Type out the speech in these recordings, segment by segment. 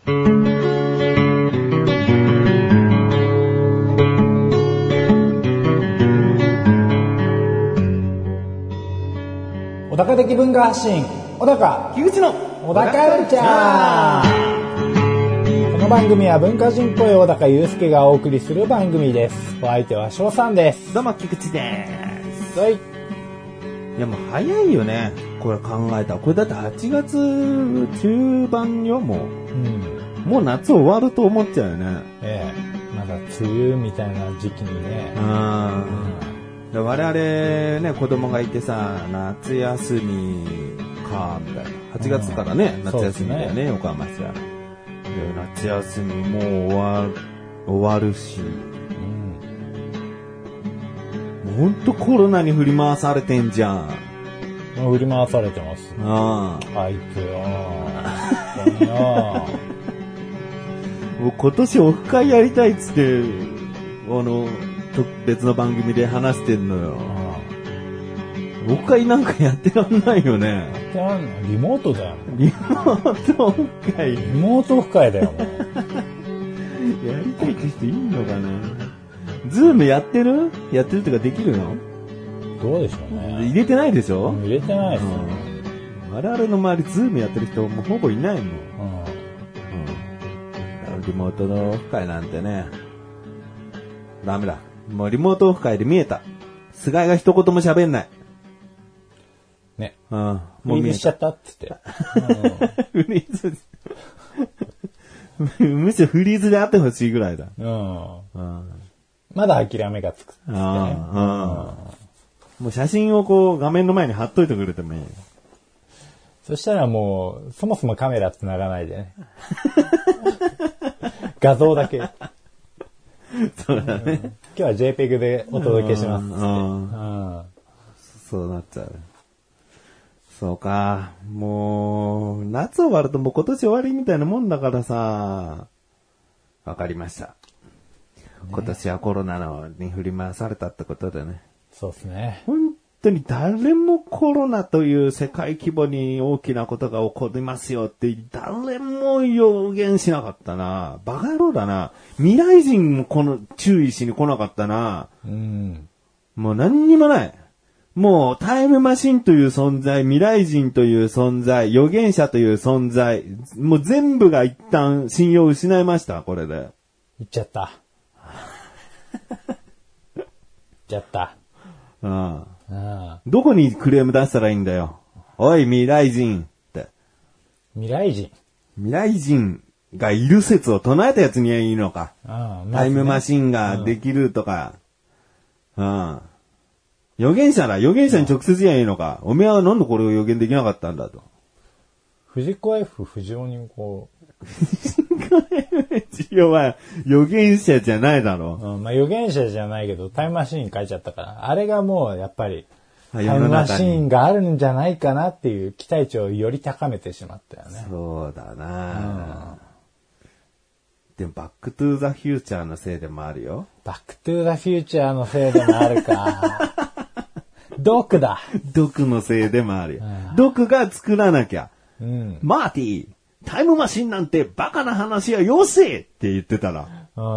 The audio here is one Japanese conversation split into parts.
小高的文化発信、小高樋口の小高カルチャー。この番組は文化人っぽい小高祐介がお送りする番組です。お相手は翔さんです。 どうも菊池です。 はい。 いやもう早いよね。これ考えたらこれだって8月中盤よもう、もう夏終わると思っちゃうよね。 まだ梅雨みたいな時期にね。 我々ね子供がいてさ夏休みかみたいな8月からね、夏休みだよね横浜市は。で夏休みもう終わるし、もうほんとコロナに振り回されてんじゃん。 もう振り回されてます。あいつよもう今年オフ会やりたいっつって別の番組で話してんのよ。オフ会なんかやってらんないよね。 リモートだよ。 リモートオフ会。 リモートオフ会だよもう。 やりたいって人いんのかな。ズームやってるとかできるの？どうでしょうね。 入れてないでしょ？ 入れてないですよ。 我々の周りズームやってる人もうほぼいないもん。リモートのオフ会なんてね。ダメだ。もうリモートオフ会で見えた。菅井が一言も喋んない。 ね。 もうフリーズしちゃったって言って。 フリーズ。むしろフリーズであってほしいぐらいだ。 まだ諦めがつくってね。 もう写真をこう画面の前に貼っといてくれてもいい。 そしたらもう、そもそもカメラってならないでね。画像だけ。 そうだね。 今日は JPEG でお届けしますって。 そうなっちゃう。そうか。もう、夏終わるともう今年終わりみたいなもんだからさ。わかりました。今年はコロナに振り回されたってことでね。 そうですね。 本当に誰もコロナという世界規模に大きなことが起こりますよって誰も予言しなかったな。バカ野郎だな。未来人も注意しに来なかったな。もう何にもない。もうタイムマシンという存在、未来人という存在、預言者という存在、もう全部が一旦信用を失いました、これで。 言っちゃった。言っちゃった。 どこにクレーム出したらいいんだよ。おい、未来人って。 未来人がいる説を唱えたやつにはいいのか。タイムマシンができるとか。預言者に直接言えばいいのか。おめえはなんでこれを予言できなかったんだと。 藤子 F 不二雄にこう。 藤子 F 不二雄は預言者じゃないだろ。 預言者じゃないけどタイムマシーン書いちゃったから。あれがもうやっぱりタイムマシーンがあるんじゃないかなっていう期待値をより高めてしまったよね。 そうだな。でもバックトゥーザフューチャーのせいでもあるよ。 バックトゥーザフューチャーのせいでもあるか。毒だ。 毒のせいでもあるよ。毒が作らなきゃ。マーティー、タイムマシンなんてバカな話はよせって言ってたら。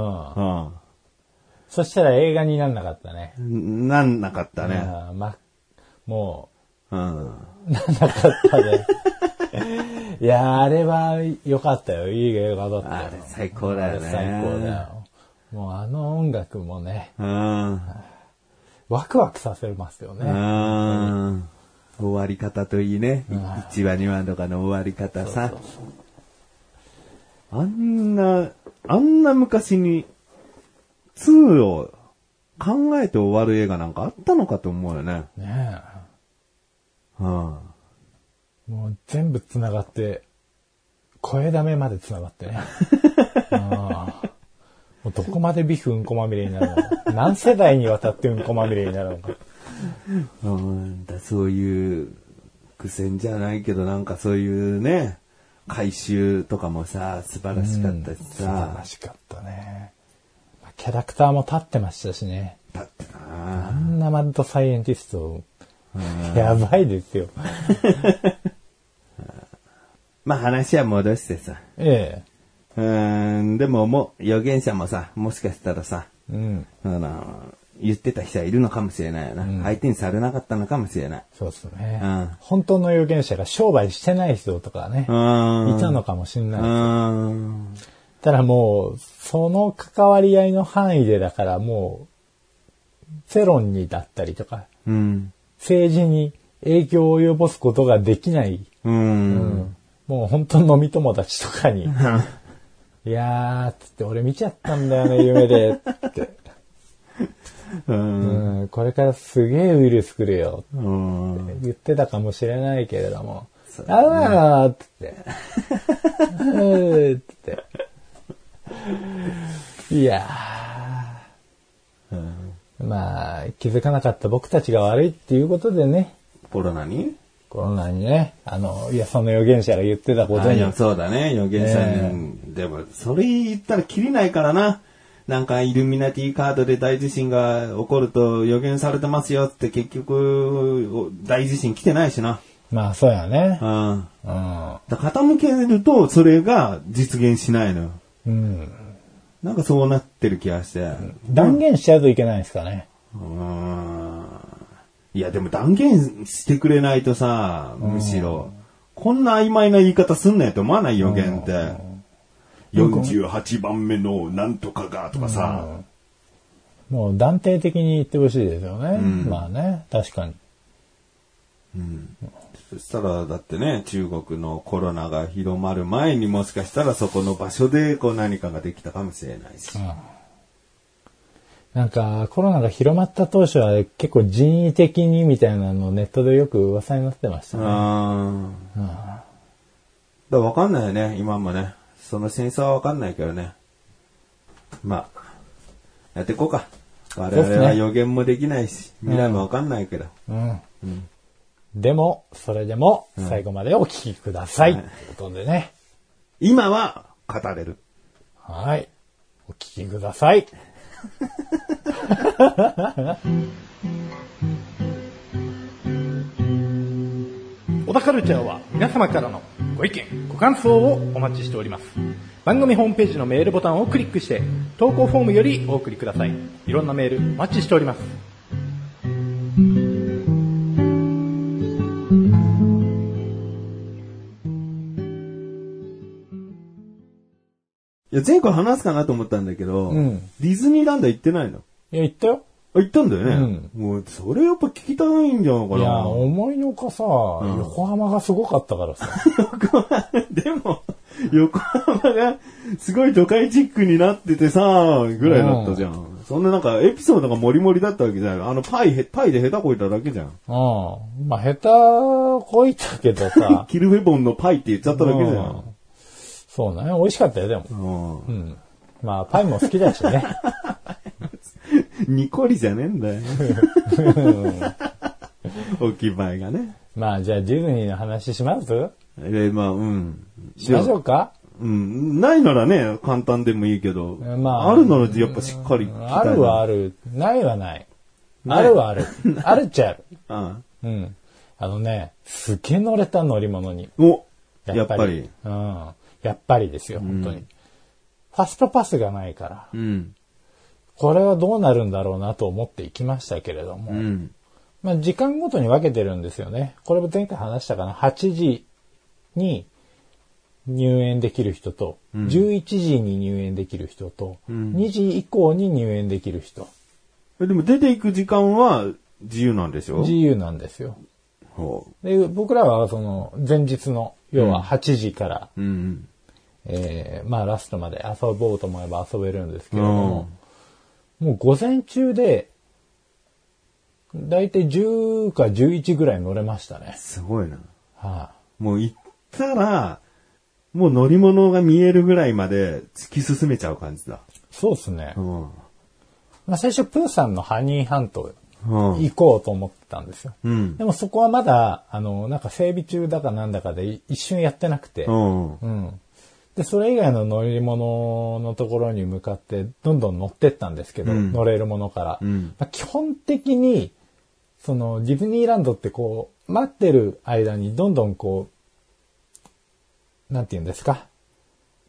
そしたら映画になんなかったね。 なんなかったね。 もう、なんなかったね。いや、あれは良かったよ。いい映画だったよ。 あれ最高だよね。 最高だよ。もうあの音楽もね、ワクワクさせますよね。 終わり方といいね。1話2話とかの終わり方さ。あんな昔に2を考えて終わる映画なんかあったのかと思うよね。 ねえ。もう全部繋がって、声だめまで繋がってね。もうどこまでビフうんこまみれになるのか。何世代にわたってうんこまみれになるのか。 そういう苦戦じゃないけどなんかそういうね、回収とかもさ、素晴らしかったしさ。 素晴らしかったね。キャラクターも立ってましたしね。 立ってたな。 あんなマッドサイエンティスト、やばいですよ。 まあ話は戻してさ。 でももう、預言者もさ、もしかしたらさ、 うん。 言ってた人はいるのかもしれないよな。相手にされなかったのかもしれない。 そうですね。 うん本当の預言者が商売してない人とかね、いたのかもしれないですよ。ただもう、その関わり合いの範囲でだからもう、世論にだったりとか、政治に影響を及ぼすことができない、もう本当の飲み友達とかに、いやー、つって俺見ちゃったんだよね、夢で、って。これからすげえウイルス来るよ、って言ってたかもしれないけれども、あらー、つって、つって。いやー、まあ、気づかなかった僕たちが悪いっていうことでね。 コロナにね、いや、その預言者が言ってたことに。 いや、そうだね、預言者に。でも、それ言ったらきりないからな。なんか、イルミナティカードで大地震が起こると予言されてますよって結局、大地震来てないしな。 まあ、そうやね。 だ傾けると、それが実現しないのよ。なんかそうなってる気がして。 断言しちゃうといけないですかね。 いや、でも断言してくれないとさ、むしろ、こんな曖昧な言い方すんなよと思わない予言って。48番目のなんとかがとかさ。 もう断定的に言ってほしいですよね。まあね、確かに。 そしたら、だってね、中国のコロナが広まる前にもしかしたらそこの場所でこう何かができたかもしれないし。 なんか、コロナが広まった当初は結構人為的にみたいなのネットでよく噂になってましたね。 だわかんないよね、今もね。その真相はわかんないけどね。まあ、やっていこうか。我々は予言もできないし、未来もわかんないけど。 でも、それでも、最後までお聞きください。ということでね。 今は語れる。 はい。お聞きください。小田カルチャーは皆様からのご意見、ご感想をお待ちしております。番組ホームページのメールボタンをクリックして投稿フォームよりお送りください。いろんなメールお待ちしております。 いや、前回話すかなと思ったんだけど、ディズニーランド行ってないの？ いや、行ったよ。 行ったんだよね。もう、それやっぱ聞きたいんじゃないかな。 いや、思いのほかさ、横浜がすごかったからさ。 でも、横浜がすごい都会チックになっててさ、ぐらいだったじゃん。そんななんかエピソードがモリモリだったわけじゃない。パイで下手こいただけじゃん。 まあ、下手こいたけどさ。 キルフェボンのパイって言っちゃっただけじゃん。 そうね。美味しかったよ、でも。まあ、パイも好きだしね。 ニコリじゃねえんだよ。置き場がね。 まあ、じゃあディズニーの話します？ まあ、 しましょうか？ ないならね、簡単でもいいけど。まあ、あるならやっぱしっかり。 あるはある。ないはない。あるはある。あるっちゃある。すげえ乗れた乗り物に。 やっぱり。 やっぱりですよ、本当に。ファストパスがないから。これはどうなるんだろうなと思っていきましたけれども。まあ、時間ごとに分けてるんですよね。これも前回話したかな。8時に入園できる人と、11時に入園できる人と、2時以降に入園できる人。 でも出ていく時間は自由なんでしょ？ 自由なんですよ。で、僕らはその前日の、要は8時から、まあラストまで遊ぼうと思えば遊べるんですけれども、もう午前中で、だいたい10か11ぐらい乗れましたね。 すごいな。 もう行ったら、もう乗り物が見えるぐらいまで突き進めちゃう感じだ。 そうですね。まあ、最初プーさんのハニーハント行こうと思ってたんですよ。でもそこはまだ、なんか整備中だかなんだかで一瞬やってなくて、で、それ以外の乗り物のところに向かってどんどん乗ってったんですけど、乗れるものから。まあ、基本的に、そのディズニーランドってこう、待ってる間にどんどんこう、なんて言うんですか。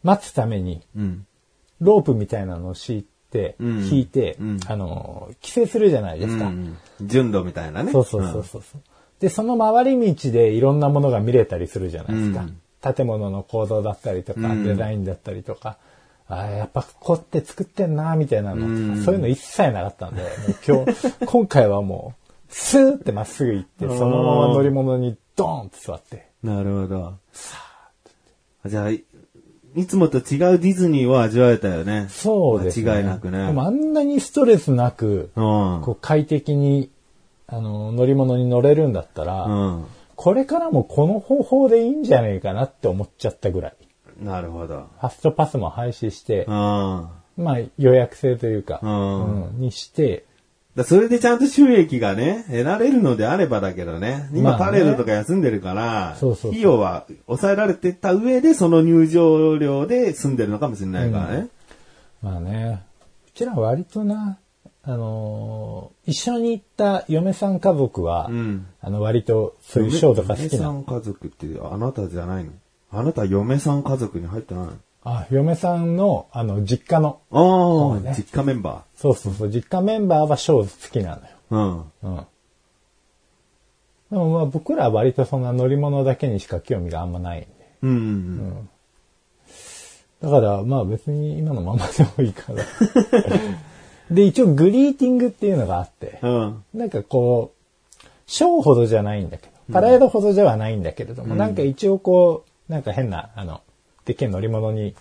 待つために、ロープみたいなのを引いて、規制するじゃないですか。 順路みたいなね。 そう。で、その回り道でいろんなものが見れたりするじゃないですか。建物の構造だったりとか、デザインだったりとか、やっぱこうって作ってんなみたいなのとか、そういうの一切なかったんで、もう今回はもう、スーってまっすぐ行って、そのまま乗り物にドーンって座って。 なるほど。じゃあ、いつもと違うディズニーを味わえたよね。 そうですね。 間違いなくね。 でもあんなにストレスなく、こう快適に、乗り物に乗れるんだったら、これからもこの方法でいいんじゃないかなって思っちゃったぐらい。 なるほど。 ファストパスも廃止して、まあ予約制というか、にして、 それでちゃんと収益がね、得られるのであればだけどね。今パレードとか休んでるから、費用は抑えられてた上でその入場料で済んでるのかもしれないからね。 まあね。うちら割とな、一緒に行った嫁さん家族は、割とそういうショーとか好きな。 嫁さん家族ってあなたじゃないの？あなた嫁さん家族に入ってないの？ 嫁さんの、実家の。 実家メンバー。そう。実家メンバーはショー好きなのよ。でもまあ僕らは割とそんな乗り物だけにしか興味があんまないんで。だからまあ別に今のままでもいいから。で、一応グリーティングっていうのがあって、なんかこう、ショーほどじゃないんだけど、パレードほどではないんだけれども、なんか一応こう、なんか変な、でっけえ乗り物に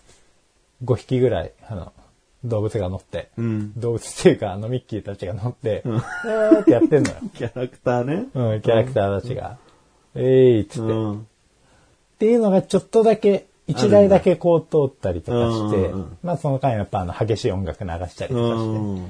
5匹ぐらい、動物が乗って、動物っていうか、ミッキーたちが乗って、ってやってんのよ。 キャラクターね。 キャラクターたちが、っつって。っていうのがちょっとだけ、一台だけこう通ったりとかして、まあその間やっぱ激しい音楽流したりとかして、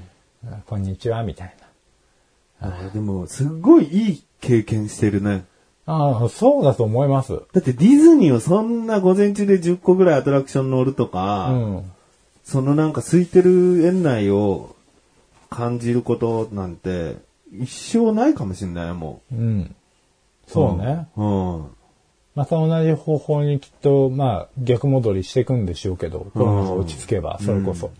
こんにちは、みたいな。でも、すっごいいい経験してるね。 そうだと思います。 だってディズニーをそんな午前中で10個ぐらいアトラクション乗るとか、そのなんか空いてる園内を感じることなんて一生ないかもしれないもう。 そうね。また同じ方法にきっと、まあ逆戻りしていくんでしょうけど、コロナが落ち着けば、それこそ。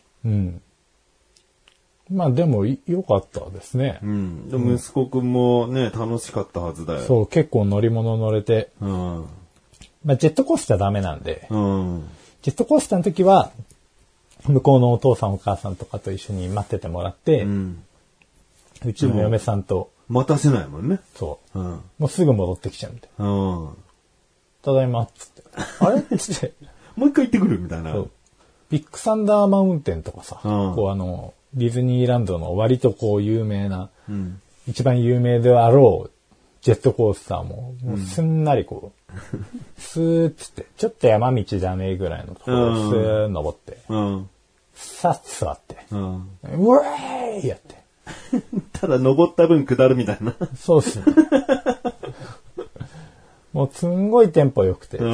まあでも良かったですね。 でも息子くんもね、楽しかったはずだよ。 そう、結構乗り物乗れて。まあジェットコースターダメなんで、ジェットコースターの時は、向こうのお父さんお母さんとかと一緒に待っててもらって、うちの嫁さんと。 待たせないもんね。 そう。もうすぐ戻ってきちゃうんで。ただいま、つって。あれつって。 もう一回行ってくるみたいな。 ビッグサンダーマウンテンとかさ、こうディズニーランドの割とこう有名な、一番有名であろうジェットコースターも、もうすんなりこう、スーッつって、ちょっと山道じゃねえぐらいのところをスーッ登って、さっ座って、ウェーイやって。 ただ登った分下るみたいな。 そうっすね。もうすんごいテンポ良くて。だ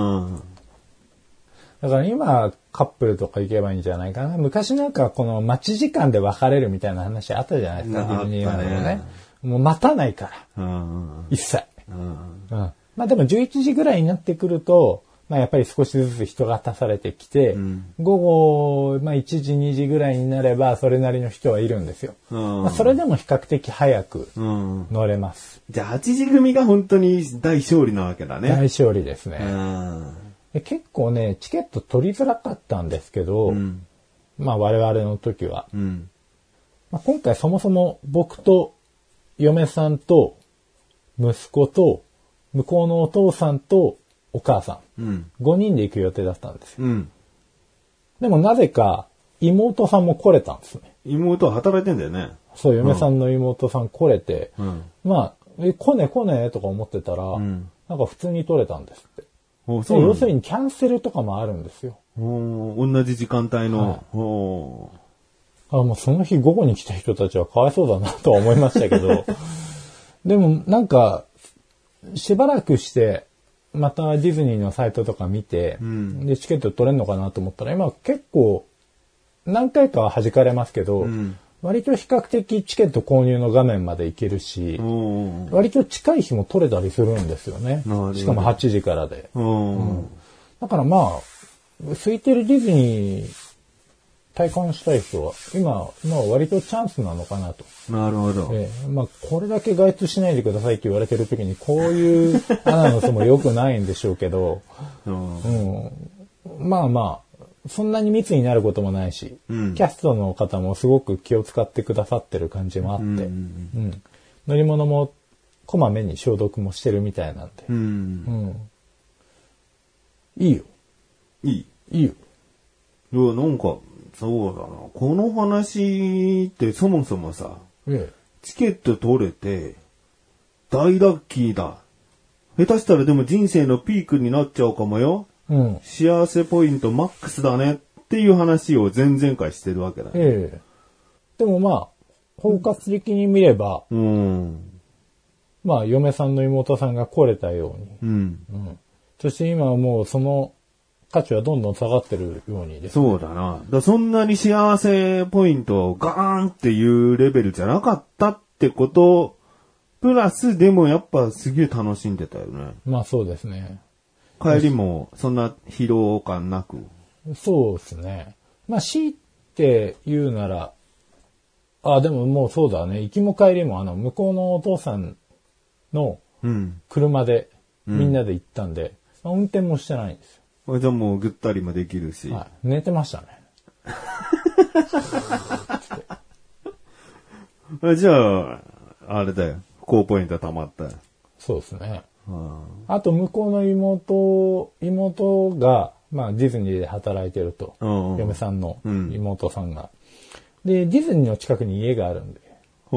から今カップルとか行けばいいんじゃないかな。昔なんかこの待ち時間で別れるみたいな話あったじゃないですか、ディズニーランドもね。もう待たないから。一切。まあでも11時ぐらいになってくると、まあやっぱり少しずつ人が足されてきて、午後、まあ1時2時ぐらいになればそれなりの人はいるんですよ。まあ、それでも比較的早く乗れます。 じゃあ8時組が本当に大勝利なわけだね。 大勝利ですね。結構ね、チケット取りづらかったんですけど、まあ我々の時は。まあ、今回そもそも僕と嫁さんと息子と向こうのお父さんとお母さん、5人で行く予定だったんですよ。でもなぜか妹さんも来れたんですね。 妹は働いてんだよね。 そう、嫁さんの妹さん来れて、まあ、来ねとか思ってたら、なんか普通に取れたんですって。要するにキャンセルとかもあるんですよ。 同じ時間帯の。 もうその日午後に来た人たちはかわいそうだなとは思いましたけど、でもなんか、しばらくして、またディズニーのサイトとか見て、で、チケット取れるのかなと思ったら、今結構、何回かは弾かれますけど、割と比較的チケット購入の画面まで行けるし、割と近い日も取れたりするんですよね。しかも8時からで。だからまあ、 空いてるディズニー体感したい人は、今、割とチャンスなのかなと。 なるほど。 これだけ外出しないでくださいって言われてる時に、こういうアナウンスも良くないんでしょうけど、そんなに密になることもないし、キャストの方もすごく気を使ってくださってる感じもあって、乗り物もこまめに消毒もしてるみたいなんで、いいよ。いいよ。 いや、なんか、そうだな。この話ってそもそもさ、チケット取れて、大ラッキーだ。下手したらでも人生のピークになっちゃうかもよ。幸せポイントマックスだねっていう話を前々回してるわけだね。 でも包括的に見れば、嫁さんの妹さんが来れたように。そして今はもうその価値はどんどん下がってるようにです、 ね。そうだな。そんなに幸せポイントをガーンっていうレベルじゃなかったってこと、プラスでもやっぱすげえ楽しんでたよね。 そうですね。 帰りもそんな疲労感なく。 そうですね。強いて言うなら、でももうそうだね。行きも帰りも向こうのお父さんの車でみんなで行ったんで、運転もしてないんですよ。 じゃあもうぐったりもできるし。 寝てましたね。 じゃあ、あれだよ。高ポイント溜まったよ。 そうですね。あと向こうの妹が、ディズニーで働いてると。嫁さんの妹さんが。で、ディズニーの近くに家があるんで。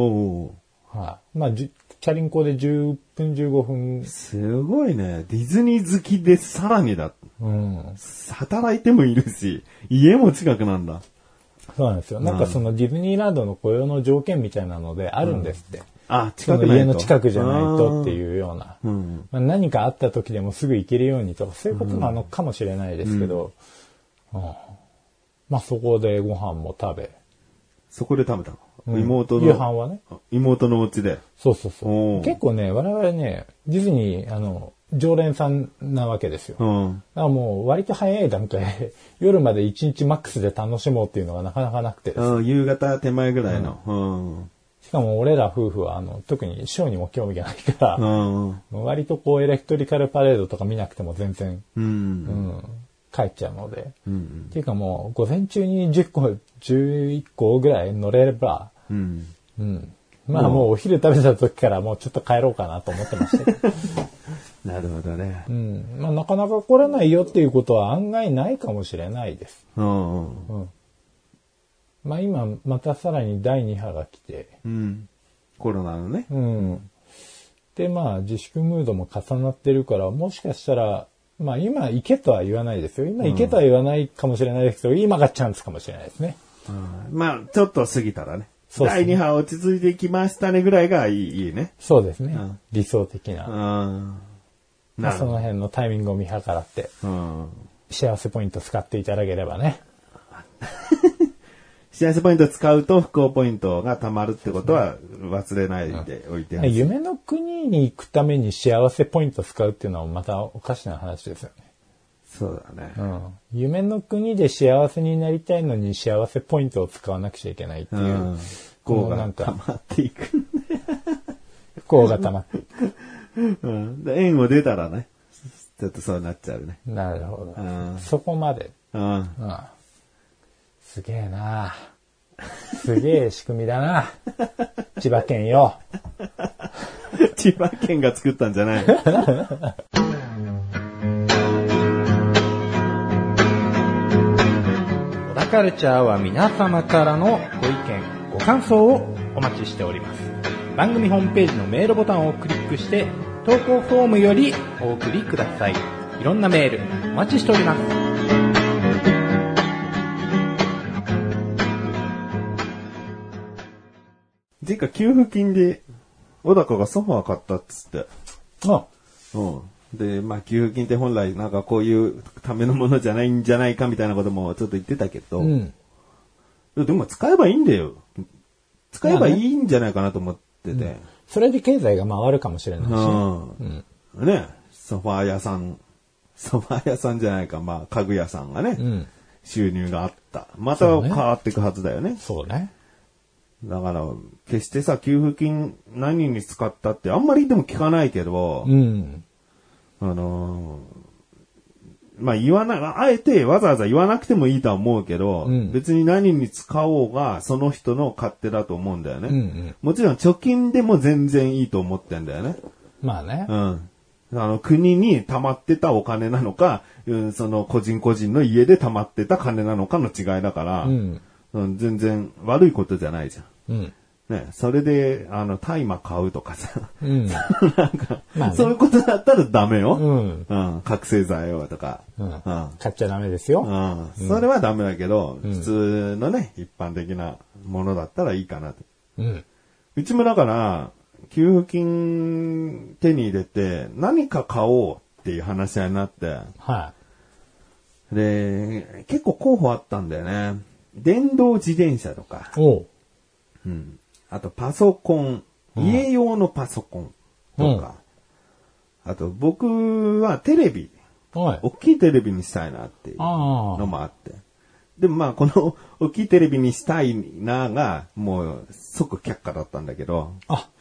チャリンコで10分15分。 すごいね。ディズニー好きでさらにだ。働いてもいるし、家も近くなんだ。 そうなんですよ。なんかそのディズニーランドの雇用の条件みたいなのであるんですって。 近くないと。 家の近くじゃないとっていうような。何かあった時でもすぐ行けるようにとか、そういうことなのかもしれないですけど、そこでご飯も食べ。 そこで食べたの、妹の。 夕飯はね。 妹のお家で。 そう。結構ね、我々ね、ディズニー、常連さんなわけですよ。だからもう割と早い段階で夜まで1日マックスで楽しもうっていうのがなかなかなくてですね。 夕方手前ぐらいの。 しかも俺ら夫婦は特にショーにも興味がないから、割とエレクトリカルパレードとか見なくても全然、帰っちゃうので。っていうかもう午前中に10個、11個ぐらい乗れれば、もうお昼食べた時からもうちょっと帰ろうかなと思ってましたけど。 なるほどね。 なかなか来れないよっていうことは案外ないかもしれないです。今またさらに第2波が来て、 コロナのね。 で自粛ムードも重なってるから、もしかしたら今行けとは言わないですよ。今行けとは言わないかもしれないですけど、今がチャンスかもしれないですね。 ちょっと過ぎたらね。第2波落ち着いてきましたねぐらいがいいね。 そうですね。理想的な。その辺のタイミングを見計らって、幸せポイント使っていただければね。 幸せポイント使うと不幸ポイントが貯まるってことは忘れないでおいて、 夢の国に行くために幸せポイント使うっていうのはまたおかしな話ですよね。 そうだね。 夢の国で幸せになりたいのに幸せポイントを使わなくちゃいけないっていう。 不幸が溜まっていく。 不幸が溜まっていく。 円を出たらね、ちょっとそうなっちゃうね。 なるほど。そこまで。すげえな。すげえ仕組みだな。千葉県よ。 千葉県が作ったんじゃない。 小田カルチャーは皆様からのご意見、ご感想をお待ちしております。番組ホームページのメールボタンをクリックして投稿フォームよりお送りください。いろんなメールお待ちしております。 てか給付金で小高がソファー買ったっつって。で、給付金って本来なんかこういうためのものじゃないんじゃないかみたいなこともちょっと言ってたけど、でも使えばいいんだよ。使えばいいんじゃないかなと思ってて。 それで経済が回るかもしれないしね。 ね、ソファー屋さん蕎麦屋さんじゃないか、まあ、家具屋さんがね、 うん。 収入があった。また変わっていくはずだよね。 そうね。 だから、決してさ、給付金何に使ったってあんまりでも聞かないけど、 うん。 まあ言わない、あえてわざわざ言わなくてもいいとは思うけど、 うん、 別に何に使おうがその人の勝手だと思うんだよね。 うんうん、 もちろん貯金でも全然いいと思ってんだよね。 まあね。 うん。国に溜まってたお金なのか、その個人個人の家で溜まってた金なのかの違いだから、 うん全然悪いことじゃないじゃん。 うん。 ね、それで、大麻買うとかさ。 うん。 なんか、 まあね、 そういうことだったらダメよ。 うん。 うん。覚醒剤をとか。 うん。買っちゃダメですよ。 うん。それはダメだけど、普通のね、一般的なものだったらいいかなと。 うん。 うちもだから、給付金手に入れて、何か買おうっていう話し合いになって。 はい。 で、結構候補あったんだよね。電動自転車とか。 おう。 うん。あとパソコン、家用のパソコンとか、あと僕はテレビ、大きいテレビにしたいなっていうのもあって。でもまあこの大きいテレビにしたいなが、もう即却下だったんだけど。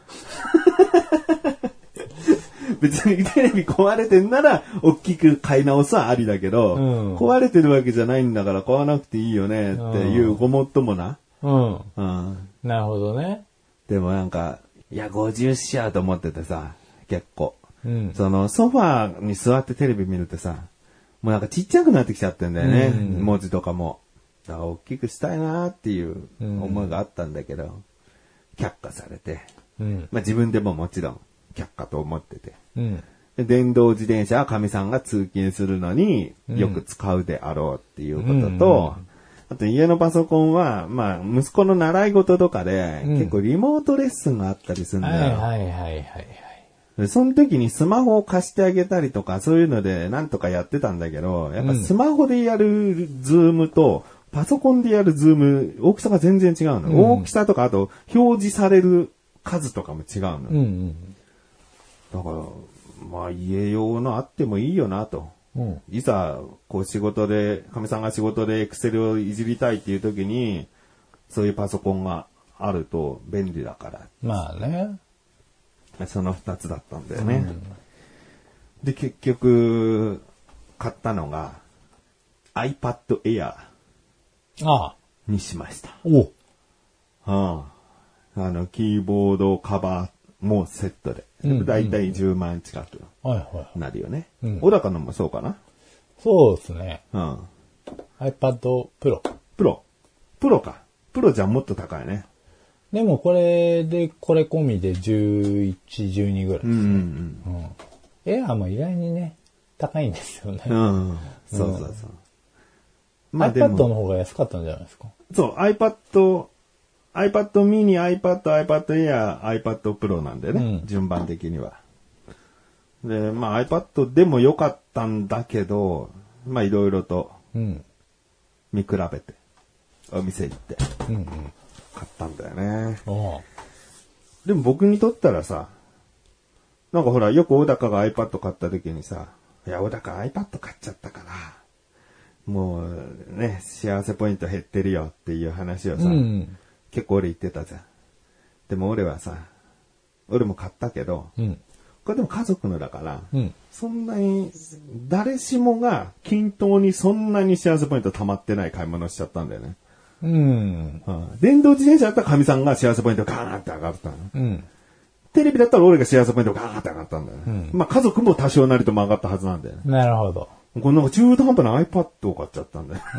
別にテレビ壊れてんなら大きく買い直すはありだけど、壊れてるわけじゃないんだから買わなくていいよねっていうごもっともな。 なるほどね。 でもなんか、いや、50しちゃうと思っててさ、結構。 うん、 その、ソファーに座ってテレビ見るとさ、もうなんかちっちゃくなってきちゃってんだよね、文字とかも。だから大きくしたいなーっていう思いがあったんだけど、却下されて。まあ自分でももちろん却下と思ってて。で電動自転車は神さんが通勤するのによく使うであろうっていうことと、あと家のパソコンは、まあ、息子の習い事とかで、結構リモートレッスンがあったりするんだよ。でその時にスマホを貸してあげたりとか、そういうのでなんとかやってたんだけど、やっぱスマホでやるズームと、パソコンでやるズーム、大きさが全然違うの。大きさとか、あと表示される数とかも違うの。だから、まあ家用のあってもいいよなと。いざ、こう仕事で、かみさんが仕事でエクセルをいじりたいっていう時に、そういうパソコンがあると便利だから。 まあね。 その二つだったんだよね。で、結局、買ったのが、iPad Air にしました。キーボードカバーもセットで。だいたい10万近くなるよね。小高のもそうかな？ そうですね。iPad Pro。 プロか。プロじゃもっと高いね。 でもこれ込みで11、12ぐらいですね。エアーも意外にね、高いんですよね。 そう。 まあ、iPad の方が安かったんじゃないですか。 そう、iPad mini、iPad Air、iPad Pro なんでね、順番的には。で、まあ iPad でも良かったんだけど、まあいろいろと見比べて、お店行って、買ったんだよね。でも僕にとったらさ、なんかほら、よく小高が iPad 買った時にさ、いや、小高 iPad 買っちゃったから、もうね、幸せポイント減ってるよっていう話をさ、結構俺言ってたじゃん。でも俺はさ、俺も買ったけど、これでも家族のだから、そんなに、誰しもが均等にそんなに幸せポイント溜まってない買い物しちゃったんだよね。電動自転車だったら神さんが幸せポイントガーンって上がったの。テレビだったら俺が幸せポイントガーンって上がったんだよね。まあ家族も多少なりとも上がったはずなんだよね。 なるほど。 この中途半端な iPad を買っちゃったんだよ。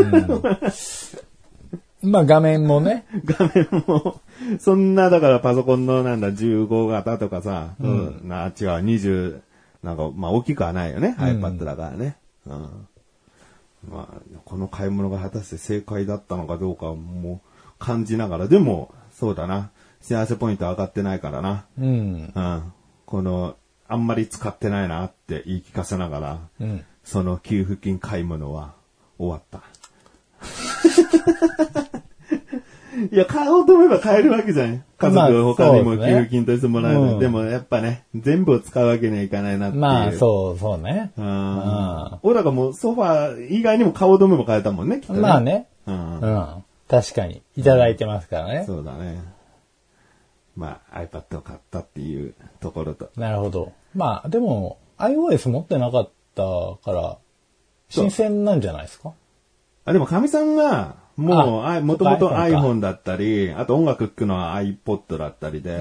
まあ画面もね。 画面も、そんなだからパソコンの15型とかさ、違う、20、まあ大きくはないよね、iPad だからね。まあ、この買い物が果たして正解だったのかどうかも感じながら、でも、そうだな、幸せポイント上がってないからな。この、あんまり使ってないなって言い聞かせながら、その給付金買い物は終わった。 いや、買おうと思えば買えるわけじゃん。家族他にも給付金としてもらえる。 まあそうね、 でもやっぱね、全部を使うわけにはいかないなっていう。 まあ、そうね。 俺らがもうソファー以外にも買おうと思えば買えたもんね、きっとね。 まあね。確かに。いただいてますからね。 そうだね。まあ iPad を買ったっていうところと。 なるほど。まあ、でも、iOS 持ってなかったから、新鮮なんじゃないですか？ でも、かみさんが、もともと iPhone だったり、あと音楽聴くのは iPod だったりで、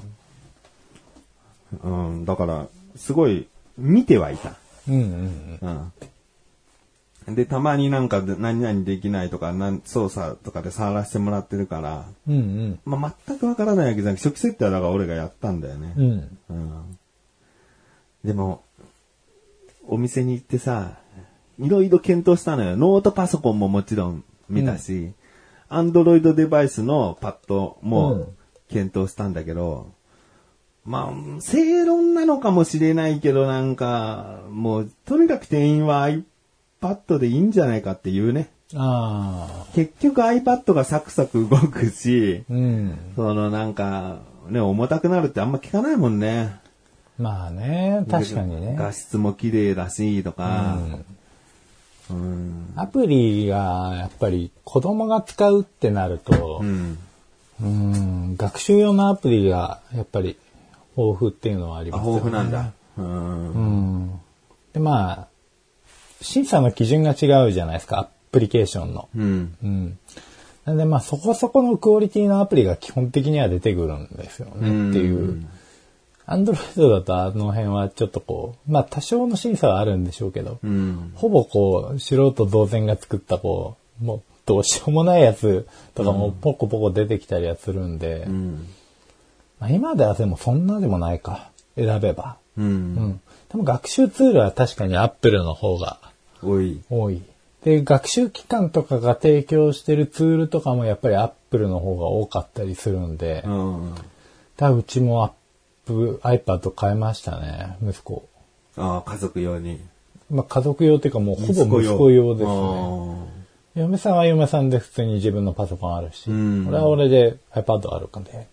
だから、すごい、見てはいた。で、たまになんか何々できないとか、操作とかで触らせてもらってるから、まあ、全くわからないわけじゃなくて、初期設定はだから俺がやったんだよね。でも、お店に行ってさ、いろいろ検討したのよ。ノートパソコンももちろん見たし、アンドロイドデバイスのパッドも検討したんだけど、まあ、正論なのかもしれないけど、なんか、もう、とにかく店員は iPad でいいんじゃないかっていうね。結局 iPad がサクサク動くし、そのなんか、ね、重たくなるってあんま聞かないもんね。 まあね、確かにね。 画質も綺麗だし、とか、 アプリがやっぱり子供が使うってなると、学習用のアプリがやっぱり豊富っていうのはありますよね。 豊富なんだ。 で、まあ、審査の基準が違うじゃないですか、アプリケーションの。なんでまあそこそこのクオリティのアプリが基本的には出てくるんですよねっていう。アンドロイドだとあの辺はちょっとこう、まあ多少の審査はあるんでしょうけど、ほぼこう素人同然が作ったこう、もうどうしようもないやつとかもポコポコ出てきたりはするんで、まあ、今ではでもそんなでもないか、選べば。でも学習ツールは確かにアップルの方が多い。で、学習機関とかが提供してるツールとかもやっぱりアップルの方が多かったりするんで、うちもiPad 買いましたね、息子。 家族用に。 まあ家族用っていうかもうほぼ息子用ですね。嫁さんは嫁さんで普通に自分のパソコンあるし、俺は俺で iPad あるかで。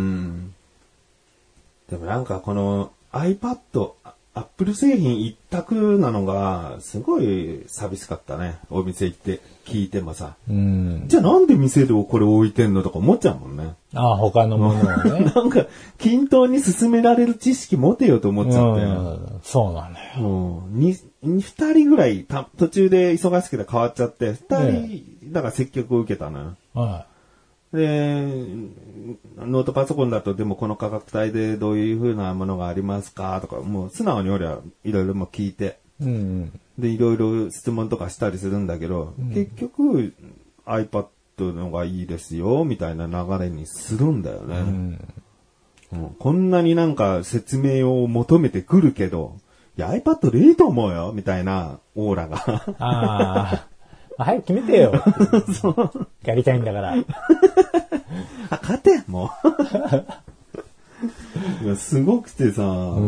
でもなんかこの iPad、Apple 製品一択なのがすごい寂しかったね。お店行って聞いてもさ。じゃあなんで店でこれ置いてんのとか思っちゃうもんね。 他のものをね。 なんか均等に進められる知識持てよと思っちゃって。 そうなんだよ。 二人ぐらい途中で忙しくて変わっちゃって、二人だから積極を受けたな。で、ノートパソコンだとでもこの価格帯でどういう風なものがありますかとか、もう素直に俺はいろいろも聞いて、で、いろいろ質問とかしたりするんだけど、結局 iPad のがいいですよ、みたいな流れにするんだよね。こんなになんか説明を求めてくるけど、いや iPad でいいと思うよ、みたいなオーラが。 早く決めてよ。やりたいんだから。 勝てもう。いやすごくてさ、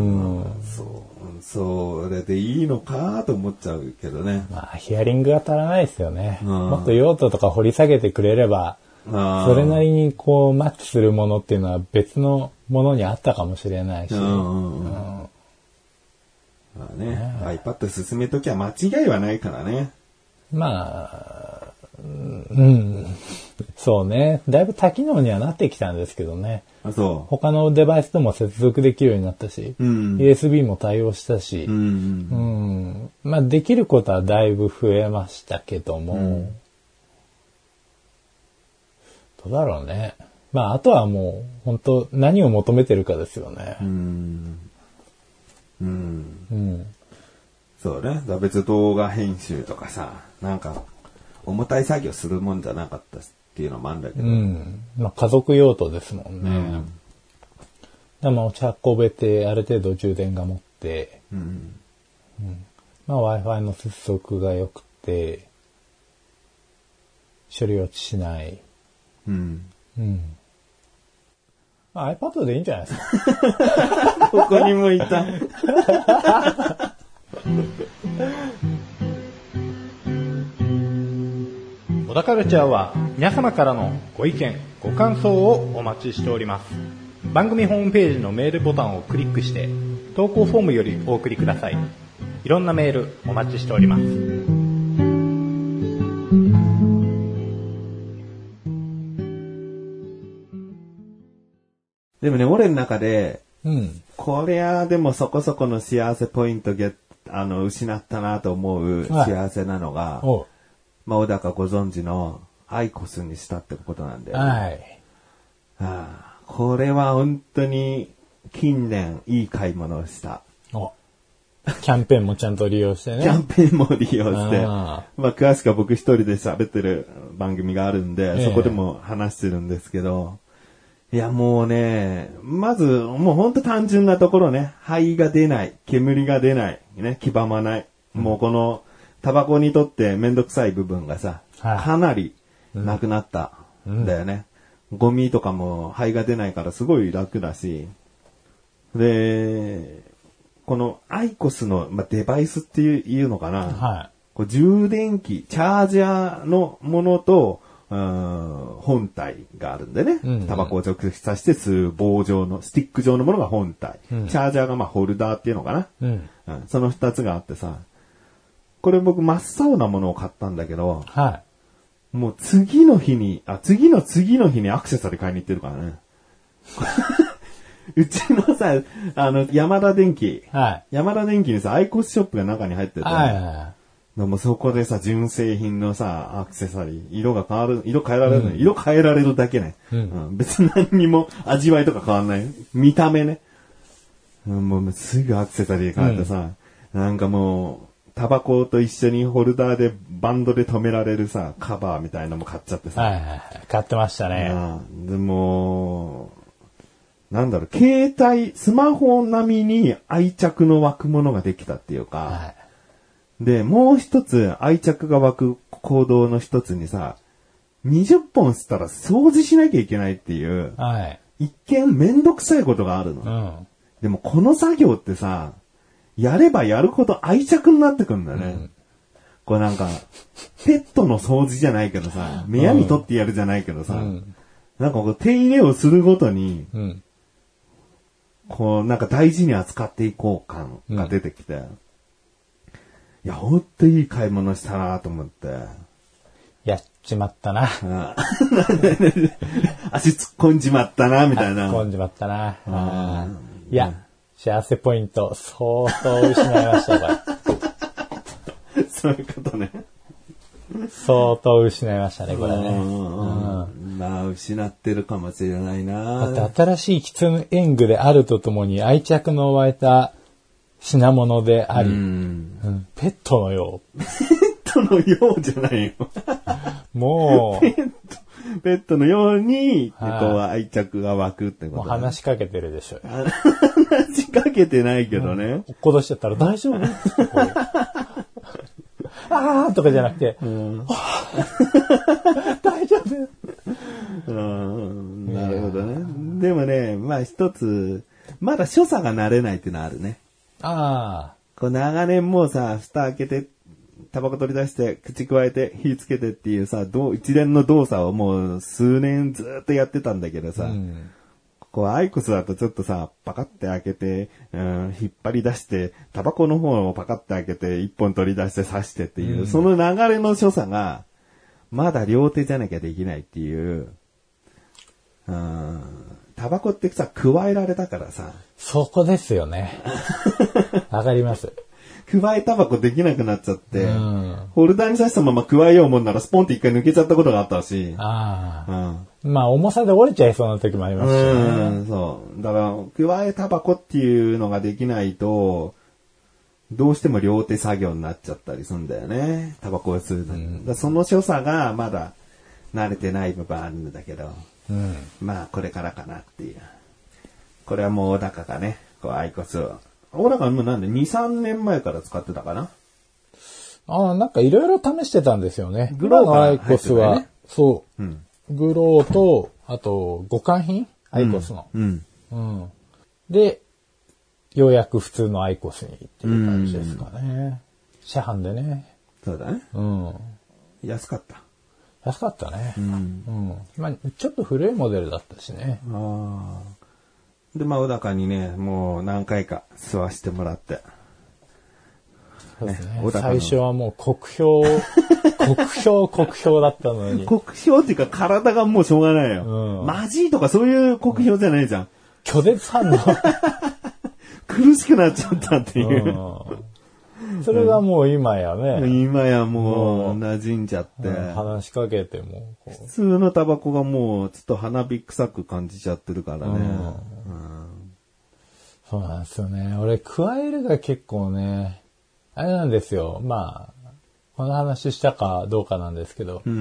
それでいいのかと思っちゃうけどね。 まあ、ヒアリングが足らないですよね。もっと用途とか掘り下げてくれれば、それなりにこうマッチするものっていうのは別のものにあったかもしれないし。まあね、iPad 進めときは間違いはないからね。 まあ、そうね。だいぶ多機能にはなってきたんですけどね。他のデバイスとも接続できるようになったし、USB も対応したし、まあできることはだいぶ増えましたけども、どうだろうね。まああとはもう本当何を求めてるかですよね。 そうね。別動画編集とかさ、なんか重たい作業するもんじゃなかったっていうのもあるんだけど。 まあ家族用途ですもんね。でも持ち運べてある程度充電が持って、まあ Wi-Fi の接続が良くて、処理落ちしない。iPad でいいんじゃないですか。 ここにもいた。 小田カルチャーは皆様からのご意見、ご感想をお待ちしております。番組ホームページのメールボタンをクリックして投稿フォームよりお送りください。いろんなメールお待ちしております。 でもね、俺の中で、 うん。 これはでもそこそこの幸せポイント失ったなと思う幸せなのが、 おう。 まあ、小高ご存知のアイコスにしたってことなんだよね。 はい。 これは本当に近年いい買い物をした。 お。キャンペーンもちゃんと利用してね。 キャンペーンも利用して、 あまあ詳しくは僕一人で喋ってる番組があるんで、そこでも話してるんですけど、いやもうね、まずもう本当単純なところね、灰が出ない、煙が出ない、ね、黄ばまない。もうこのタバコにとってめんどくさい部分がさ、 はいかなりなくなったんだよね。ゴミとかも灰が出ないからすごい楽だし、で、このアイコスの、デバイスっていうのかな、 はい。 こう充電器、チャージャーのものと、本体があるんでね。タバコを直接さして吸う棒状の、スティック状のものが本体。チャージャーがホルダーっていうのかな。その二つがあってさ、これ僕真っ青なものを買ったんだけど、 はい。 もう次の日にアクセサリー買いに行ってるからね。うちのさ、ヤマダ電機。 はい。 ヤマダ電機にさ、アイコスショップが中に入ってて。 はい。 でもそこでさ、純正品のさ、アクセサリー、色変えられる、色変えられるだけね。別に何にも味わいとか変わんない。見た目ね。もうすぐアクセサリー変えてさ、なんかもう、タバコと一緒にホルダーでバンドで留められるさ、カバーみたいなのも買っちゃってさ。 はいはいはい。買ってましたね。 でも、なんだろう、携帯、スマホ並みに愛着の湧くものができたっていうか、 はい。 で、もう一つ愛着が湧く行動の一つにさ、20本吸ったら掃除しなきゃいけないっていう、 はい。 一見めんどくさいことがあるの。 うん。 でもこの作業ってさ、やればやるほど愛着になってくんだね。これなんか、ペットの掃除じゃないけどさ、目やに取ってやるじゃないけどさ、なんかこう手入れをするごとに、こうなんか大事に扱っていこう感が出てきて、いや、ほんといい買い物したなと思って。 やっちまったな。 足突っ込んじまったな、みたいな。 突っ込んじまったな。いや、幸せポイント、相当失いました、これ。 そういうことね。 相当失いましたね、これね。 まあ、失ってるかもしれないな。 だって新しい喫煙具であるとともに愛着の湧いた品物であり、ペットのよう。 ペットのようじゃないよ。 もう、 ペットのように、愛着が湧くってこと、ね。 もう話しかけてるでしょ。 話しかけてないけどね。 落っことしちゃったら大丈夫あーとかじゃなくて、大丈夫。 なるほどね。でもね、まあ一つ、まだ所作が慣れないっていうのはあるね。こう長年もうさ、蓋開けて、タバコ取り出して、口加えて、火つけてっていうさ、一連の動作をもう数年ずっとやってたんだけどさ、こうアイコスだとちょっとさ、パカって開けて、引っ張り出して、タバコの方をパカって開けて、一本取り出して刺してっていう、その流れの所作が、まだ両手じゃなきゃできないっていう、タバコってさ、加えられたからさ。 そこですよね。わかります。 加えタバコできなくなっちゃって、ホルダーに刺したまま加えようもんならスポンって一回抜けちゃったことがあったし。 まあ重さで折れちゃいそうな時もありますよね。 そう。だから、加えタバコっていうのができないと、どうしても両手作業になっちゃったりするんだよね。タバコを吸うの。その所作がまだ慣れてない部分あるんだけど、まあこれからかなっていう。これはもう小高がね、こうアイコスを。小高もなんで 2,3 年前から使ってたかな。 なんかいろいろ試してたんですよね。 グローのアイコスは、そう。グローと、あと、互換品アイコスの。で、ようやく普通のアイコスにっていう感じですかね。市販でね。 そうだね。 うん。 安かった。 安かったね。 うん。 うん。まあ、ちょっと古いモデルだったしね。 ああ。で、まあ、小高にね、もう何回か吸わしてもらって。 そうですね。 小高の最初はもう酷評だったのに。 酷評っていうか体がもうしょうがないよ。 うんマジとかそういう酷評じゃないじゃん。 拒絶反応。 苦しくなっちゃったっていう。 それがもう今やね。 今やもう馴染んじゃって。 話しかけても。 普通のタバコがもうちょっと鼻火臭く感じちゃってるからね。 そうなんですよね。俺、加えるが結構ね、あれなんですよ。まあ、この話したかどうかなんですけど、 うん、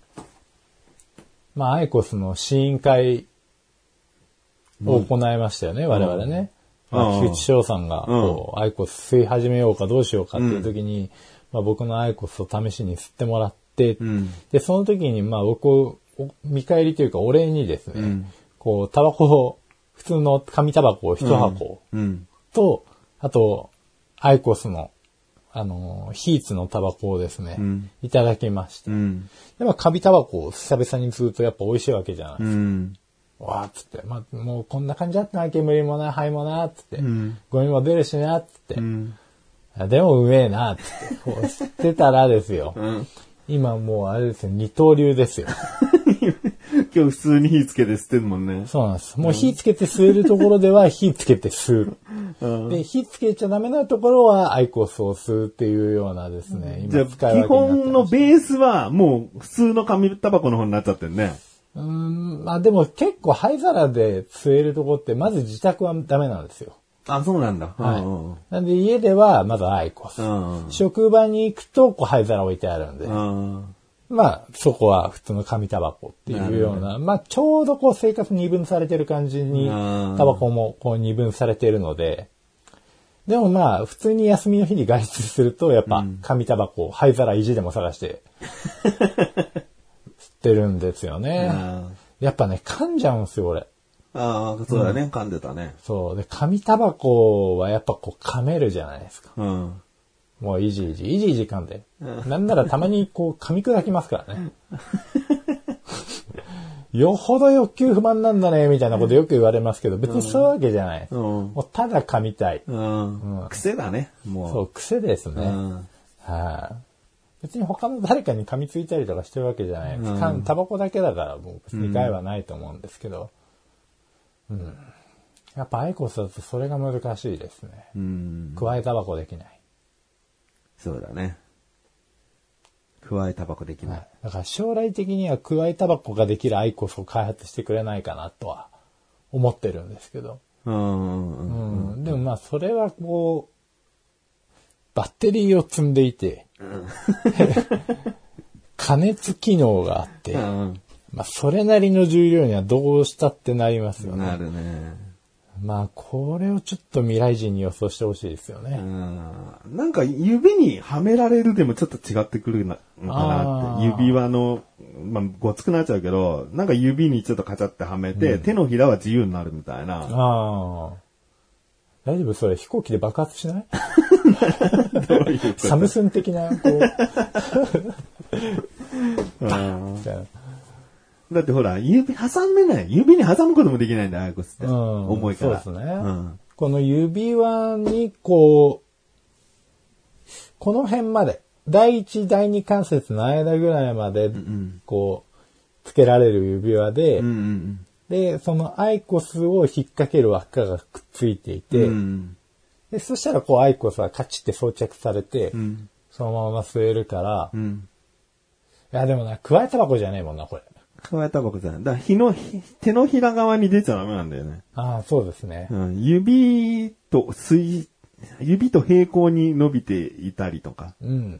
まあ、アイコスの試飲会を行いましたよね、我々ね。まあ、菊池翔さんがこう、アイコス吸い始めようかどうしようかっていう時に、まあ、僕のアイコスを試しに吸ってもらって、で、その時に、まあ、僕、見返りというかお礼にですね、こう、タバコを、普通の紙タバコを一箱と、あと、アイコスの、ヒーツのタバコをですね、いただきました。で、まあ、紙タバコを久々に吸うとやっぱ美味しいわけじゃないですか。わーっつって、まあ、もうこんな感じだったな、煙もな、灰もな、つって、ゴミも出るしな、つって、でもうめえな、つって、こう吸ってたらですよ。今もうあれですよ、二刀流ですよ。 今日普通に火つけて吸ってるもんね。 そうなんです。もう火つけて吸えるところでは火つけて吸う。で、火つけちゃダメなところはアイコスを吸うっていうようなですね、 今使い分けになってます。基本のベースはもう普通の紙タバコの方になっちゃってるね。 まあでも結構灰皿で吸えるところってまず自宅はダメなんですよ。 あ、そうなんだ。 はい。なんで家ではまずアイコス。職場に行くとこう灰皿置いてあるんで。まあそこは普通の紙タバコっていうような、まあちょうどこう生活二分されてる感じにタバコもこう二分されているので、でもまあ普通に休みの日に外出するとやっぱ紙タバコ、灰皿意地でも探して吸ってるんですよね。やっぱね噛んじゃうんですよ俺。 ああ、そうだね、噛んでたね。 そうで紙タバコはやっぱこう噛めるじゃないですか。もういじいじ噛んで。なんならたまにこう噛み砕きますからね。よほど欲求不満なんだね、みたいなことよく言われますけど、別にそういうわけじゃない。もうただ噛みたい。 癖だね、もう。 そう、癖ですね。別に他の誰かに噛みついたりとかしてるわけじゃないです。タバコだけだからもう別に害はないと思うんですけど。やっぱアイコスだとそれが難しいですね。加えタバコできない。 そうだね。加えタバコできない。 だから将来的には加えタバコができるアイコスを開発してくれないかなとは思ってるんですけど。でもまあそれはこう、バッテリーを積んでいて、加熱機能があって、まあそれなりの重量にはどうしたってなりますよね。 なるね。 まあこれをちょっと未来人に予想してほしいですよね。 なんか指にはめられるでもちょっと違ってくるのかなって。指輪の、まあごつくなっちゃうけど、なんか指にちょっとカチャってはめて、手のひらは自由になるみたいな。 大丈夫それ飛行機で爆発しないどういうことサムスン的な、こう。 だってほら、指挟めない。指に挟むこともできないんだ、アイコスって。重いから。 そうですね。この指輪に、こう、この辺まで、第一、第二関節の間ぐらいまで、こう、つけられる指輪で、で、そのアイコスを引っ掛ける輪っかがくっついていて、でそしたらこうアイコスはカチッて装着されて、そのまま吸えるから、いやでもな、加えタバコじゃねえもんな、これ。 加えタバコじゃない。だから手のひら側に出ちゃダメなんだよね。 ああ、そうですね。 指と平行に伸びていたりとか。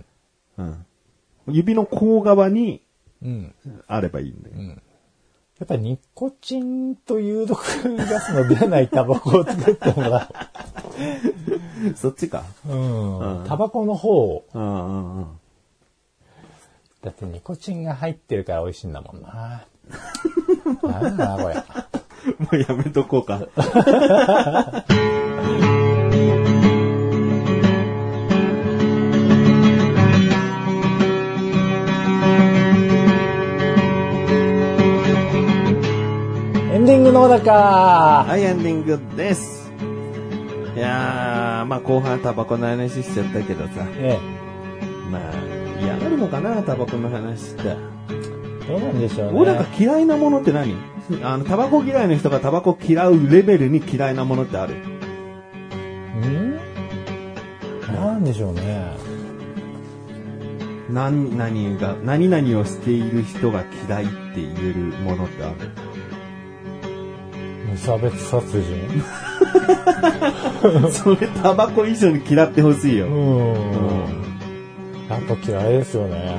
指の甲側にあればいいんだよ。 やっぱりニコチンと有毒ガスの出ないタバコを作ってもらう。そっちか。 タバコの方を。だってニコチンが入ってるから美味しいんだもんな。なんだな、これ。 もうやめとこうか。 ディングの中。 はい、エンディングです。いやー、まあ後半タバコの話しちゃったけどさ。まあ、嫌がるのかな、タバコの話って。 どうなんでしょうね。 俺なんか嫌いなものって何？タバコ嫌いの人がタバコ嫌うレベルに嫌いなものってある？ なんでしょうね。 何々をしている人が嫌いって言えるものってある？ 無差別殺人それタバコ以上に嫌ってほしいよ。 やっぱ嫌いですよね。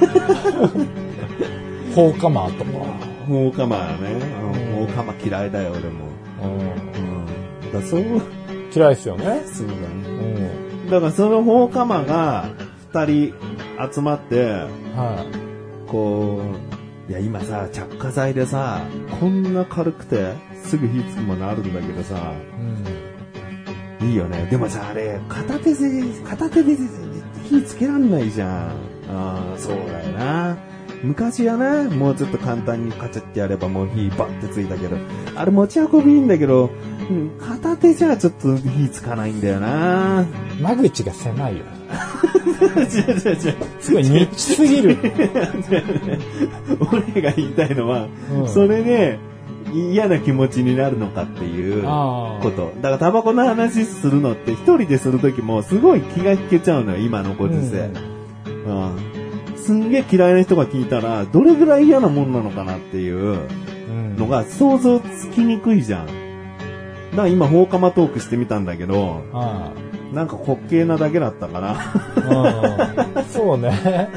放火魔とか。 放火魔ね。放火魔嫌いだよ、俺も。だそう嫌いですよね。 そうだね。だからその放火魔が2人集まって、こう、いや今さ、着火剤でさ、こんな軽くてすぐ火つくものあるんだけどさ、いいよね。でもさ、あれ、片手で火つけらんないじゃん。そうだよな。昔はね、もうちょっと簡単にカチャってやればもう火バッてついたけど、あれ持ち運びいいんだけど、片手じゃちょっと火つかないんだよな。 間口が狭いよ。 違う。 すごいニッチすぎる。 俺が言いたいのは、それで嫌な気持ちになるのかっていうこと。だからタバコの話するのって一人でするときもすごい気が引けちゃうのよ、今のご時世。すんげえ嫌いな人が聞いたらどれぐらい嫌なもんなのかなっていうのが想像つきにくいじゃん。だから今放火魔トークしてみたんだけど、なんか滑稽なだけだったかな。 そうね。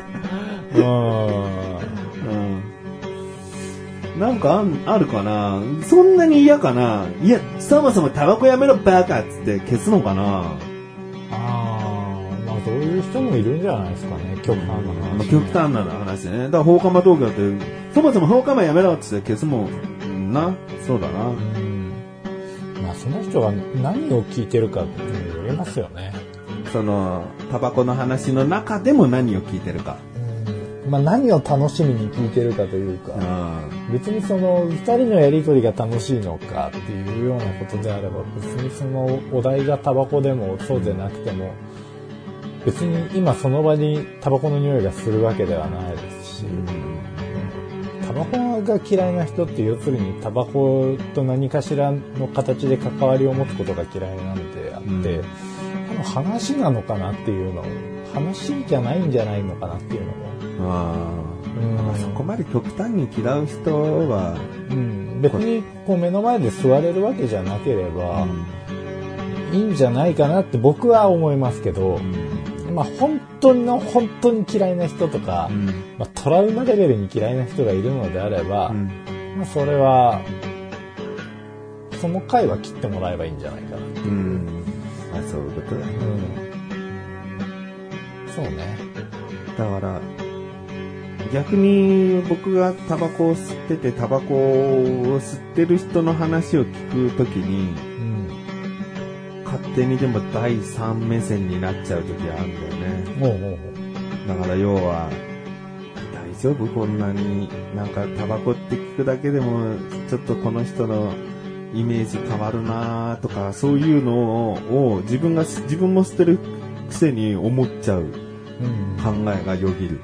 なんかあるかな。そんなに嫌かな。いや、そもそもタバコやめろバカっつって消すのかな。 まあそういう人もいるんじゃないですかね。極端な話。 極端な話ね。だから放火魔トークだって、そもそも放火魔やめろっつって消すもんな。そうだな。 まあその人が何を聞いてるかっていうのによりますよね。 そのタバコの話の中でも何を聞いてるか。 まあ何を楽しみに聞いてるかというか、別にその二人のやりとりが楽しいのかっていうようなことであれば、別にそのお題がタバコでもそうでなくても、別に今その場にタバコの匂いがするわけではないですし、タバコが嫌いな人って要するにタバコと何かしらの形で関わりを持つことが嫌いなんであって、話なのかなっていうのを、話じゃないんじゃないのかなっていうのも、 そこまで極端に嫌う人は、 別にこう目の前で座れるわけじゃなければ、いいんじゃないかなって僕は思いますけど、まあ本当に嫌いな人とか、まあ、トラウマレベルに嫌いな人がいるのであれば、まあそれはその回は切ってもらえばいいんじゃないかなっていう。 そういうことだね。 そうね。 だから逆に僕がタバコを吸っててタバコを吸ってる人の話を聞くときに、勝手にでも第三目線になっちゃうときあるんだよね。だから要は大丈夫こんなになんかタバコって聞くだけでもちょっとこの人のイメージ変わるなとかそういうのを自分も吸ってるくせに思っちゃう考えがよぎる。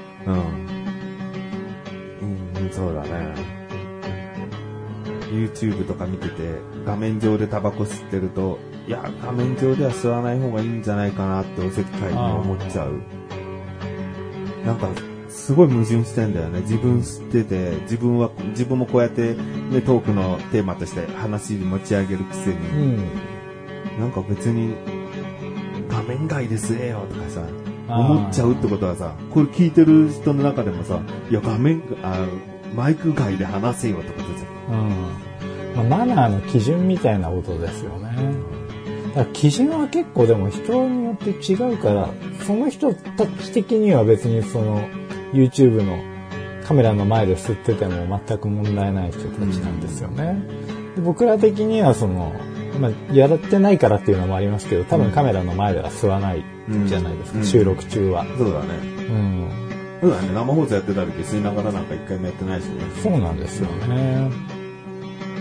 そうだね。YouTube とか見てて画面上でタバコ吸ってると、いや画面上では吸わない方がいいんじゃないかなっておせっかいに思っちゃう。なんかすごい矛盾してんだよね。自分吸ってて自分もこうやってねトークのテーマとして話に持ち上げるくせに、なんか別に画面外で吸えよとかさ思っちゃうってことはさ、これ聞いてる人の中でもさ、いやマイク外で話せよってことじゃん。 マナーの基準みたいなことですよね。だから基準は結構でも人によって違うから、その人たち的には別にその YouTube のカメラの前で吸ってても全く問題ない人たちなんですよね。で僕ら的にはその、やってないからっていうのもありますけど、多分カメラの前では吸わないじゃないですか、収録中は。 そうだね。そうだね。生放送やってた時吸いながらなんか一回もやってないしね。 そうなんですよね。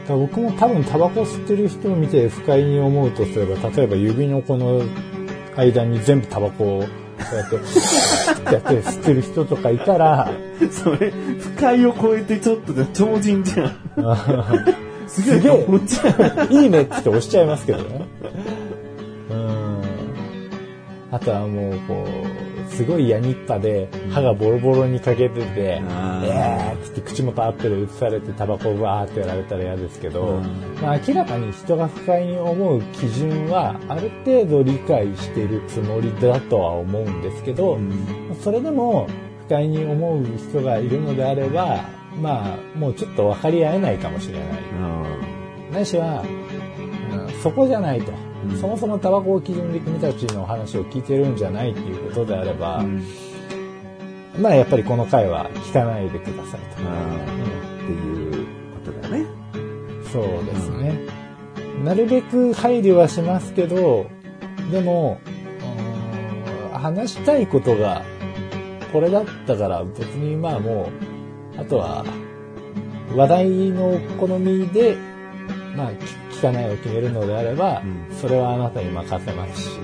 僕も多分タバコ吸ってる人を見て不快に思うとすれば、例えば指のこの間に全部タバコをこうやってやって吸ってる人とかいたらそれ不快を超えてちょっとで超人じゃんすげえいいねって押しちゃいますけどね。あとはもうこうすごいヤニッパで歯がボロボロにかけてて、って口もパーって映されてタバコをわーってやられたら嫌ですけど、まあ、明らかに人が不快に思う基準はある程度理解しているつもりだとは思うんですけど、それでも不快に思う人がいるのであれば、まあもうちょっと分かり合えないかもしれない。ないしは、そこじゃないと。そもそもタバコを基準で君たちの話を聞いてるんじゃないっていうことであれば、まあやっぱりこの回は聞かないでくださいと、 っていうことだね。 そうですね。なるべく配慮はしますけど、でも話したいことがこれだったから別にまあもうあとは話題の好みでまあ聞かないを決めるのであれば、それはあなたに任せますし、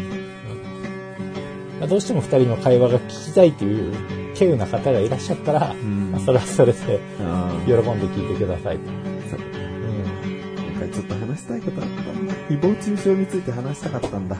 まあ、どうしても2人の会話が聞きたいという稀有な方がいらっしゃったら、まあ、それはそれで喜んで聞いてくださいと。 今回ちょっと話したいことあったんだ。誹謗中傷について話したかったんだ。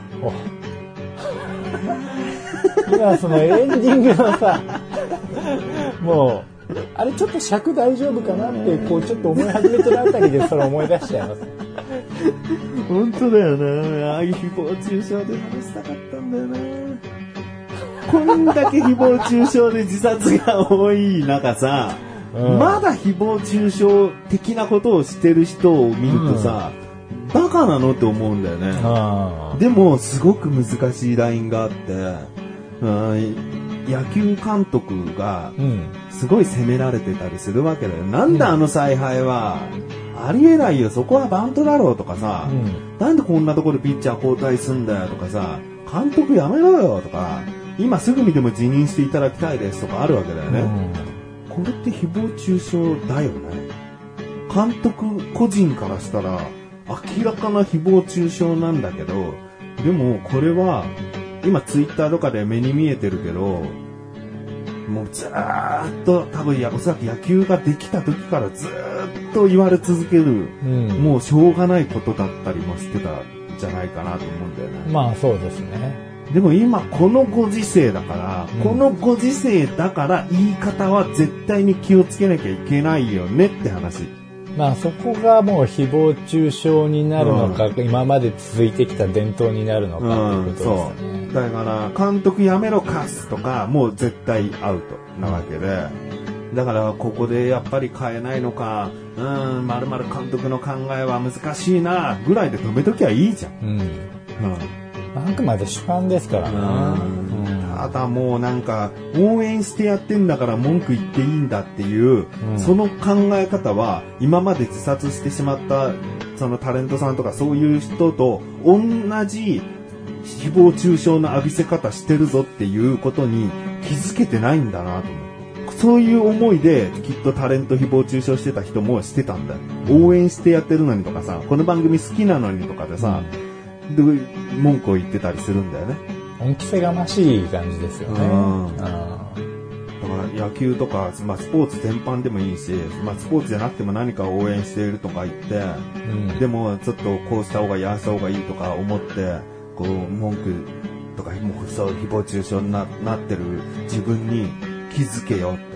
今そのエンディングのさもうあれちょっと尺大丈夫かなってこうちょっと思い始めてるあたりでそれ思い出しちゃいます。 本当だよな。ああいう誹謗中傷で話したかったんだよな。こんだけ誹謗中傷で自殺が多い中さ、まだ誹謗中傷的なことをしてる人を見るとさ、バカなのって思うんだよね。でもすごく難しいラインがあって、野球監督がすごい責められてたりするわけだよ。なんだあの采配はありえないよ、そこはバントだろうとかさ、なんでこんなところでピッチャー交代すんだよとかさ、監督やめろよとか、今すぐにでも辞任していただきたいですとかあるわけだよね。これって誹謗中傷だよね。監督個人からしたら明らかな誹謗中傷なんだけど、でもこれは今ツイッターとかで目に見えてるけど、もうずーっと多分おそらく野球ができた時からずーっと言われ続ける、もうしょうがないことだったりもしてたんじゃないかなと思うんだよね。 まあそうですね。 でも今このご時世だから、このご時世だから言い方は絶対に気をつけなきゃいけないよねって話。 まあそこがもう誹謗中傷になるのか、今まで続いてきた伝統になるのかっていうことですよね。 だから監督やめろカスとかもう絶対アウトなわけで、だからここでやっぱり変えないのか、〇〇監督の考えは難しいなぐらいで止めときゃいいじゃん。 あくまで主観ですからね。 ただもうなんか応援してやってんだから文句言っていいんだっていう、その考え方は今まで自殺してしまったそのタレントさんとかそういう人と同じ誹謗中傷の浴びせ方してるぞっていうことに気づけてないんだなと思う。そういう思いできっとタレント誹謗中傷してた人もしてたんだよ。応援してやってるのにとかさ、この番組好きなのにとかでさ、で文句を言ってたりするんだよね。 恩着せがましい感じですよね。 だから野球とか、スポーツ全般でもいいし、スポーツじゃなくても何かを応援しているとか言って、でもちょっとこうした方がいい、ああした方がいいとか思ってこう文句とかもうそう誹謗中傷に なってる自分に気づけよって、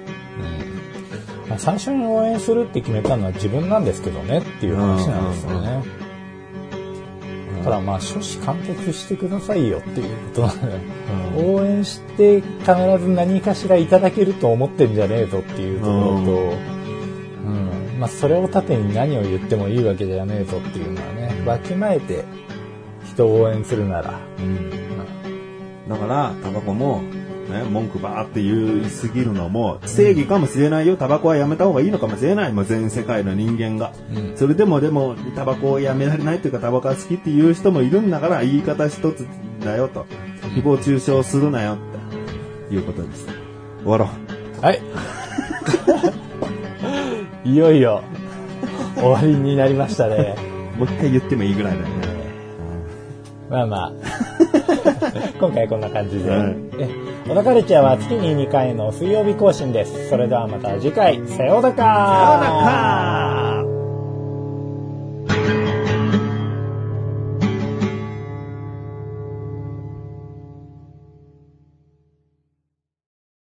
最初に応援するって決めたのは自分なんですけどねっていう話なんですよね。だからまあ初志貫徹してくださいよっていうことなので、応援して必ず何かしらいただけると思ってんじゃねえぞっていうところと、それを盾に何を言ってもいいわけじゃねえぞっていうのはね、わきまえて人を応援するなら、 だからタバコもね、文句ばーって言いすぎるのも正義かもしれないよ。タバコはやめた方がいいのかもしれない。もう全世界の人間が、それでもタバコをやめられないというかタバコが好きっていう人もいるんだから、言い方一つだよと、誹謗中傷するなよっていうことです。終わろう。 はいいよいよ終わりになりましたね。 もう一回言ってもいいぐらいだよね。 まあまあ。今回こんな感じで。小田カルチャーは月に2回の水曜日更新です。それではまた次回、さようなら。 さようなら。